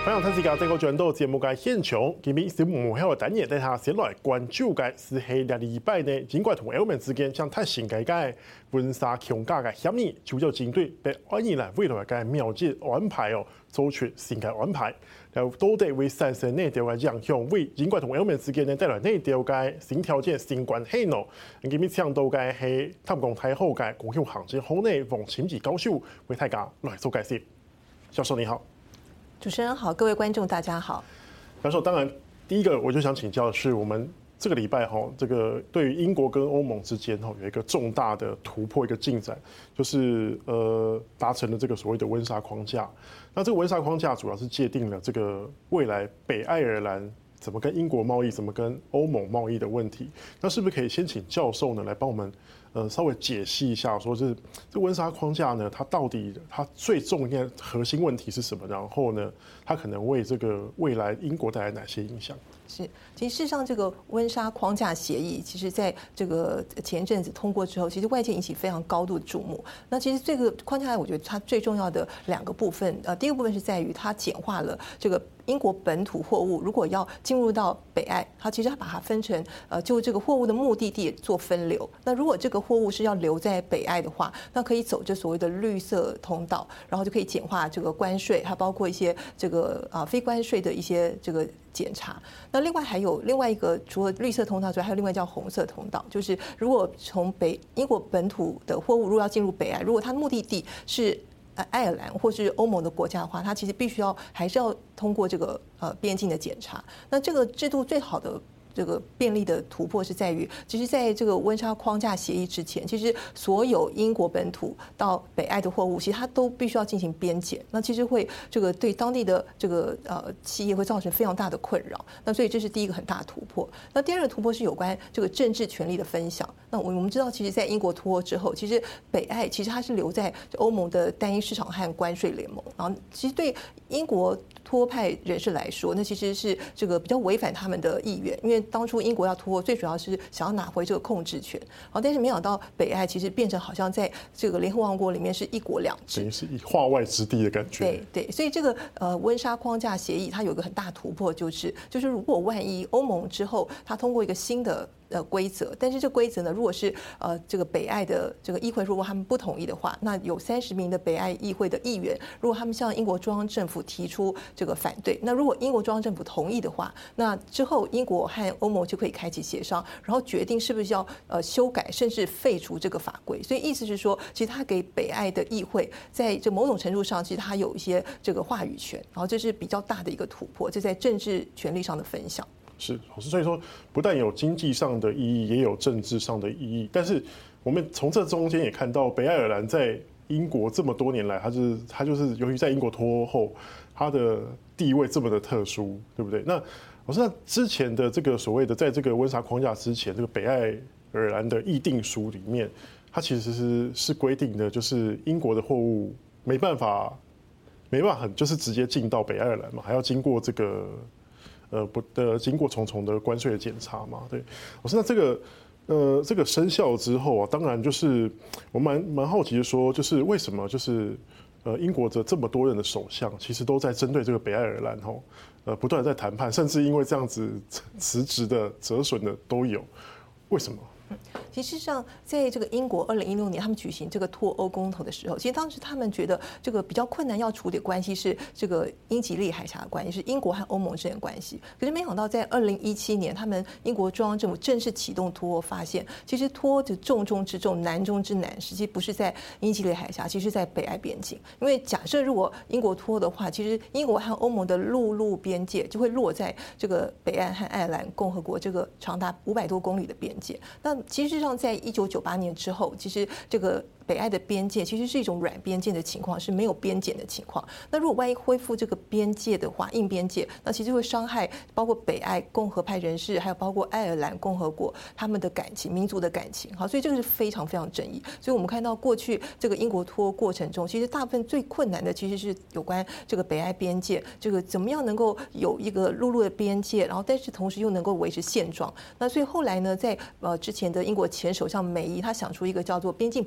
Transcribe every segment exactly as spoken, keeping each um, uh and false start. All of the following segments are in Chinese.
欢迎睇自家整個轉到節目嘅現場，今日是幕後嘅單元，帶下先來關注嘅是喺兩禮拜呢，英國同歐盟之間將達成嘅溫莎框架嘅協議，就有針對被按依來未來嘅苗子安排哦，做出新嘅安排，然後到底會產生哪條嘅影響，為英國同歐盟之間呢帶來哪條嘅新條件、新關係呢？今日請到嘅係淡江大學嘅公共行政學系黃清義教授為大家來做解釋。教授你好。 主持人好，各位觀眾大家好。 教授，當然第一個我就想請教的是，我們這個禮拜哈，這個對於英國跟歐盟之間哈有一個重大的突破，一個進展，就是呃達成了這個所謂的溫莎框架。那這個溫莎框架主要是界定了這個未來北愛爾蘭怎麼跟英國貿易，怎麼跟歐盟貿易的問題。那是不是可以先請教授呢來幫我們呃稍微解析一下，說是這溫莎框架呢，它到底它最重要的核心問題是什麼？然後呢，它可能為這個未來英國帶來哪些影響？ 是，其實事實上，這個溫莎框架協議，其實在這個前陣子通過之後，其實外界引起非常高度的注目。那其實這個框架，我覺得它最重要的兩個部分，呃，第一個部分是在於它簡化了這個英國本土貨物如果要進入到北愛，它其實它把它分成，呃，就這個貨物的目的地做分流。那如果這個貨物是要留在北愛的話，那可以走這所謂的綠色通道，然後就可以簡化這個關稅，還包括一些這個啊非關稅的一些這個檢查。那另外還有另外一個，除了綠色通道之外，還有另外叫紅色通道，就是如果從北英國本土的貨物如果要進入北愛，如果它的目的地是愛爾蘭或是歐盟的國家的話，它其實必須要還是要通過這個呃邊境的檢查。那這個制度最好的這個便利的突破是在於，其實在這個溫莎框架協議之前，其實所有英國本土到北愛的貨物，其實它都必須要進行邊檢。那其實會這個對當地的這個呃企業會造成非常大的困擾。那所以這是第一個很大的突破。那第二個突破是有關這個政治權力的分享。那我們知道，其實在英國脫歐之後，其實北愛其實它是留在歐盟的單一市場和關稅聯盟。然後其實對英國脫派人士來說，那其實是這個比較違反他們的意願，因為當初英國要脫歐，最主要是想要拿回這個控制權。好，但是沒想到北愛其實變成好像在這個聯合王國裡面是一國兩制， 等於是以化外之地的感覺。 對對，所以這個呃溫莎框架協議它有一個很大突破，就是就是如果萬一歐盟之後它通過一個新的呃規則，但是這規則呢，如果是呃這個北愛的這個議會如果他們不同意的話，那有三十名的北愛議會的議員，如果他們向英國中央政府提出這個反對，那如果英國中央政府同意的話，那之後英國和歐盟就可以開啟協商，然後決定是不是要呃修改甚至廢除這個法規。所以意思是說，其實他給北愛的議會在這某種程度上，其實他有一些這個話語權，然後這是比較大的一個突破，這在政治權力上的分享。 是，所以說不但有經濟上的意義，也有政治上的意義。但是我們從這中間也看到，北愛爾蘭在英國這麼多年來，它就是它就是由於在英國脫歐後，它的地位這麼的特殊，對不對？那我說，那之前的這個所謂的，在這個溫莎框架之前，這個北愛爾蘭的議定書裡面，它其實是是規定的，就是英國的貨物沒辦法沒辦法很就是直接進到北愛爾蘭嘛，還要經過這個。呃不的，經過重重的關稅的檢查嘛，對，我說那這個呃這個生效之後啊，當然就是我蠻蠻好奇的說，就是為什麼就是呃英國的這麼多任的首相，其實都在針對這個北愛爾蘭吼，呃不斷在談判，甚至因為這樣子辭職的、折損的都有，為什麼？ 其實上，在這個英國二零一六年他們舉行這個脫歐公投的時候，其實當時他們覺得這個比較困難要處理的關係是這個英吉利海峽的關係，是英國和歐盟之間的關係。可是沒想到在二零一七年，他們英國中央政府正式啟動脫歐，發現其實脫歐的重中之重、難中之難，實際不是在英吉利海峽，其實在北愛邊境。因為假設如果英國脫歐的話，其實英國和歐盟的陸路邊界就會落在這個北岸和愛爾蘭共和國這個長達五百多公里的邊界。那其實上，在一九九八年之後，其實這個北愛的邊界其實是一種軟邊界的情況，是沒有邊檢的情況。那如果萬一恢復這個邊界的話，硬邊界，那其實會傷害包括北愛共和派人士，還有包括愛爾蘭共和國他們的感情、民族的感情。好，所以這個是非常非常爭議。所以我們看到過去這個英國脫歐過程中，其實大部分最困難的其實是有關這個北愛邊界，這個怎麼樣能夠有一個陸路的邊界，然後但是同時又能夠維持現狀。那所以後來呢，在呃之前的英國前首相梅伊，他想出一個叫做邊境保障措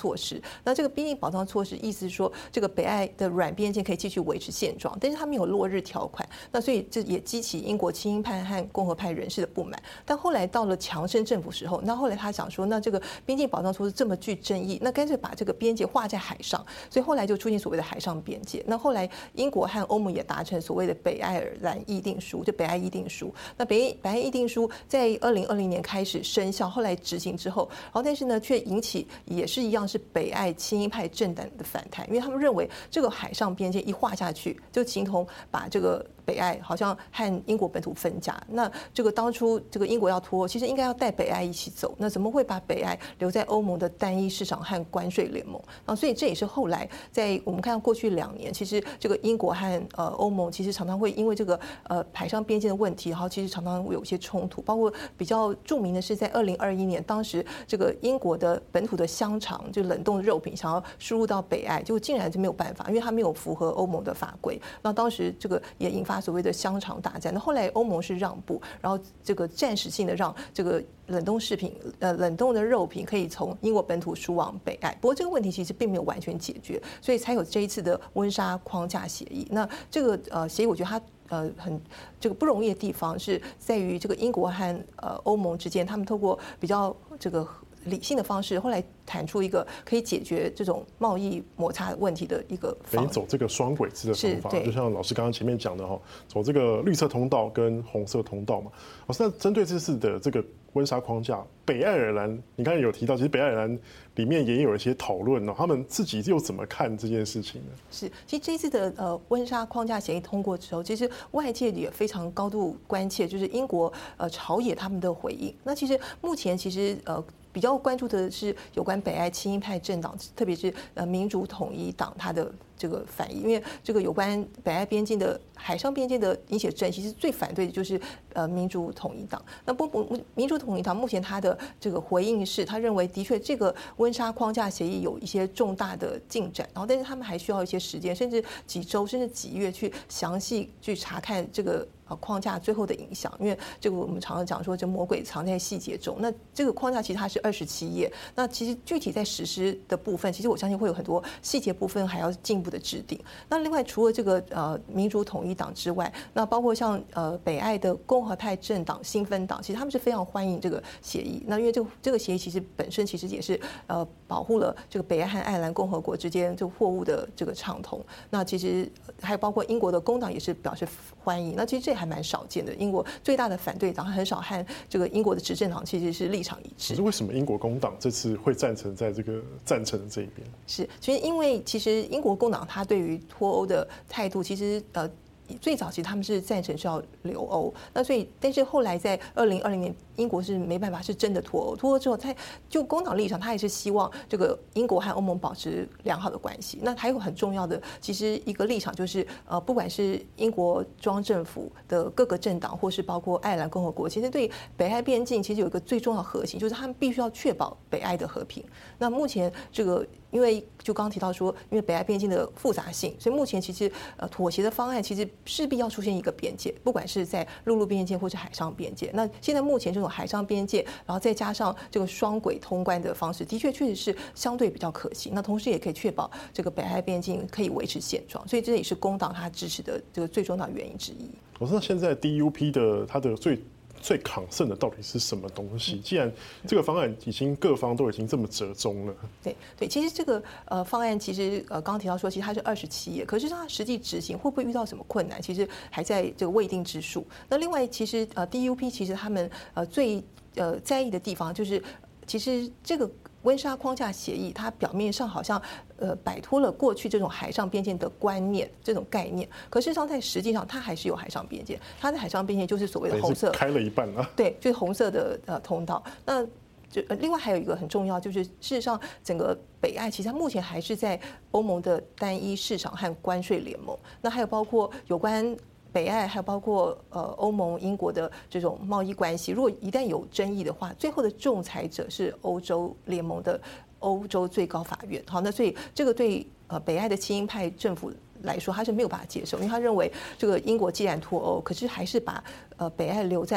措施。那这个边境保障措施意思是说，这个北爱的软边界可以继续维持现状，但是它没有落日条款，那所以这也激起英国亲英派和共和派人士的不满。但后来到了强生政府时候，那后来他想说，那这个边境保障措施这么具争议，那干脆把这个边界画在海上，所以后来就出现所谓的海上边界。那后来英国和欧盟也达成所谓的北爱尔兰议定书，就北爱议定书。那北北爱议定书在二零二零年开始生效，后来执行之后，然后但是呢，却引起也是一样是北爱亲英派政党的反弹，因为他们认为这个海上边界一画下去，就形同把这个北爱好像和英国本土分家。那这个当初这个英国要脱欧，其实应该要带北爱一起走，那怎么会把北爱留在欧盟的单一市场和关税联盟？啊，所以这也是后来在我们看到过去两年，其实这个英国和呃欧盟其实常常会因为这个呃海上边界的问题，然后其实常常会有一些冲突。包括比较著名的是在二零二一年，当时这个英国的本土的香肠就冷冻的肉品想要输入到北爱，结果竟然就没有办法，因为它没有符合欧盟的法规。那当时这个也引发所谓的香肠大战。那后来欧盟是让步，然后这个暂时性的让这个冷冻食品呃冷冻的肉品可以从英国本土输往北爱。不过这个问题其实并没有完全解决，所以才有这一次的温莎框架协议。那这个呃协议，我觉得它呃很这个不容易的地方是在于这个英国和呃欧盟之间，他们透过比较这个理性的方式，后来谈出一个可以解决这种贸易摩擦问题的一个方法， 走这个双轨制的方法，就像老师刚刚前面讲的哈，走这个绿色通道跟红色通道嘛。哦，那针对这次的这个温莎框架，北爱尔兰，你刚才有提到，其实北爱尔兰里面也有一些讨论哦，他们自己又怎么看这件事情呢？ 是，其实这一次的呃温莎框架协议通过之后，其实外界也非常高度关切，就是英国呃朝野他们的回应。那其实目前其实呃。比较关注的是有关北爱亲英派政党，特别是呃民主统一党它的这个反应，因为这个有关北爱边境的海上边界的引起争议，其实最反对的就是呃民主统一党。那不不，民主统一党目前他的这个回应是，他认为的确这个温莎框架协议有一些重大的进展，然后但是他们还需要一些时间，甚至几周甚至几月去详细去查看这个。呃，框架最后的影响，因为这个我们常常讲说，这魔鬼藏在细节中。那这个框架其实它是二十七页，那其实具体在实施的部分，其实我相信会有很多细节部分还要进一步的制定。那另外除了这个呃民主统一党之外，那包括像呃北爱的共和派政党新芬党，其实他们是非常欢迎这个协议。那因为这个这个协议其实本身其实也是呃保护了这个北爱和爱尔兰共和国之间这个货物的这个畅通。那其实还有包括英国的工党也是表示欢迎。那其实这还蛮少见的，英国最大的反对党很少和这个英国的执政党其实是立场一致。 可是为什么英国工党这次会赞成在这个赞成的这一边？ 是，其实因为其实英国工党他对于脱欧的态度，其实呃。最早其实他们是赞成是要留欧，那所以但是后来在二零二零年，英国是没办法是真的脱欧，脱欧之后，他就工党立场，他也是希望这个英国和欧盟保持良好的关系。那还有很重要的，其实一个立场就是呃，不管是英国中央政府的各个政党，或是包括爱尔兰共和国，其实对北爱边境其实有一个最重要的核心，就是他们必须要确保北爱的和平。那目前这个。因为就刚刚提到说，因为北爱边境的复杂性，所以目前其实呃妥协的方案其实势必要出现一个边界，不管是在陆路边界或是海上边界。那现在目前这种海上边界，然后再加上这个双轨通关的方式，的确确实是相对比较可行。那同时也可以确保这个北爱边境可以维持现状，所以这也是工党他支持的这个最重要的原因之一。 我说现在 D U P 的它的最。最抗胜的到底是什么东西？既然这个方案已经各方都已经这么折中了， 对对，其实这个呃方案其实呃刚刚提到说，其实它是二十七页，可是它实际执行会不会遇到什么困难，其实还在这个未定之数。那另外，其实呃 D U P 其实他们呃最呃在意的地方就是，其实这个。温莎框架协议，它表面上好像呃摆脱了过去这种海上边界的观念、这种概念，可事实上在实际上它还是有海上边界，它的海上边界就是所谓的红色， 开了一半了， 对，就是红色的呃通道。那就另外还有一个很重要，就是事实上整个北爱其实它目前还是在欧盟的单一市场和关税联盟，那还有包括有关。北爱还有包括呃欧盟、英国的这种贸易关系，如果一旦有争议的话，最后的仲裁者是欧洲联盟的欧洲最高法院。好，那所以这个对呃北爱的亲英派政府来说，他是没有办法接受，因为他认为这个英国既然脱欧，可是还是把呃北爱留在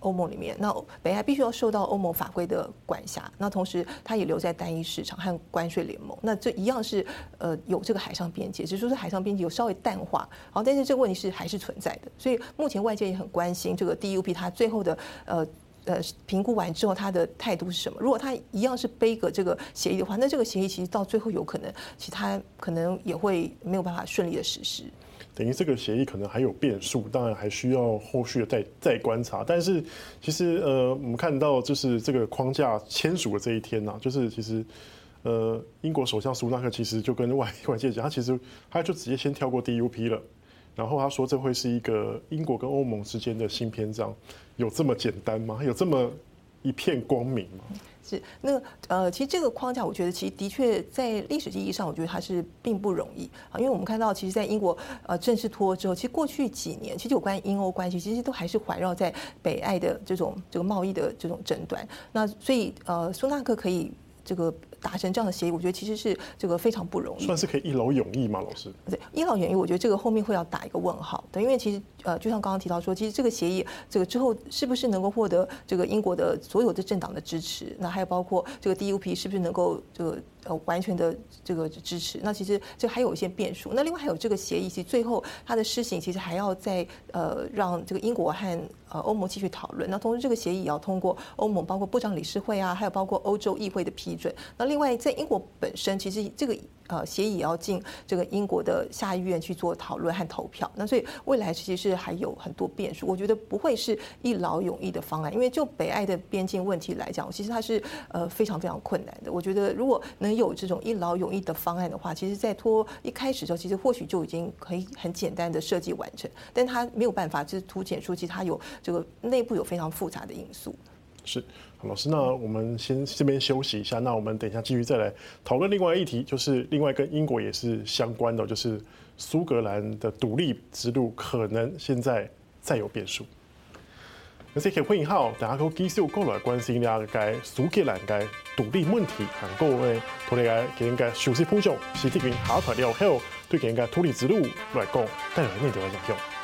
欧盟里面，那北爱必须要受到欧盟法规的管辖，那同时它也留在单一市场和关税联盟，那这一样是呃有这个海上边界，只是说是海上边界有稍微淡化，好，但是这个问题是还是存在的，所以目前外界也很关心这个 D U P 它最后的呃。呃，评估完之后，他的态度是什么？如果他一样是背个这个协议的话，那这个协议其实到最后有可能，其实他可能也会没有办法顺利的实施。 等于这个协议可能还有变数，当然还需要后续的再再观察。但是其实呃，我们看到就是这个框架签署的这一天呐、啊，就是其实呃，英国首相苏纳克其实就跟外外界讲，他其实他就直接先跳过 D U P 了。然后他说这会是一个英国跟欧盟之间的新篇章，有这么简单吗？有这么一片光明吗？ 是，那呃，其实这个框架，我觉得其实的确在历史意义上，我觉得它是并不容易啊，因为我们看到，其实，在英国呃正式脱欧之后，其实过去几年，其实有关英欧关系，其实都还是环绕在北爱的这种这个贸易的这种争端。那所以呃，苏纳克可以这个达成这样的协议，我觉得其实是这个非常不容易， 算是可以一劳永逸吗？老师， 对，一劳永逸，我觉得这个后面会要打一个问号的，因为其实呃，就像刚刚提到说，其实这个协议这个之后是不是能够获得这个英国的所有的政党的支持？那还有包括这个 D U P 是不是能够这个呃完全的这个支持？那其实这还有一些变数。那另外还有这个协议，其实最后它的施行其实还要再呃让这个英国和呃欧盟继续讨论。那同时这个协议也要通过欧盟包括部长理事会啊，还有包括欧洲议会的批准。那另外在英国本身，其实这个呃协议也要进这个英国的下议院去做讨论和投票。那所以未来其实是还有很多变数，我觉得不会是一劳永逸的方案，因为就北爱的边境问题来讲，其实它是呃非常非常困难的。我觉得如果能有这种一劳永逸的方案的话，其实在脱一开始的时候，其实或许就已经可以很简单的设计完成，但它没有办法，就是凸显出其实它有这个内部有非常复杂的因素。 是，好，老师，那我们先这边休息一下，那我们等一下继续再来讨论另外一题，就是另外跟英国也是相关的，就是苏格兰的独立之路可能现在再有变数。那这个会好，大家可继续过来关心了解苏格兰的独立问题，韩国的同大家给人家熟悉分享，是这边下台了后对给人家独立之路来讲带来内容的影响。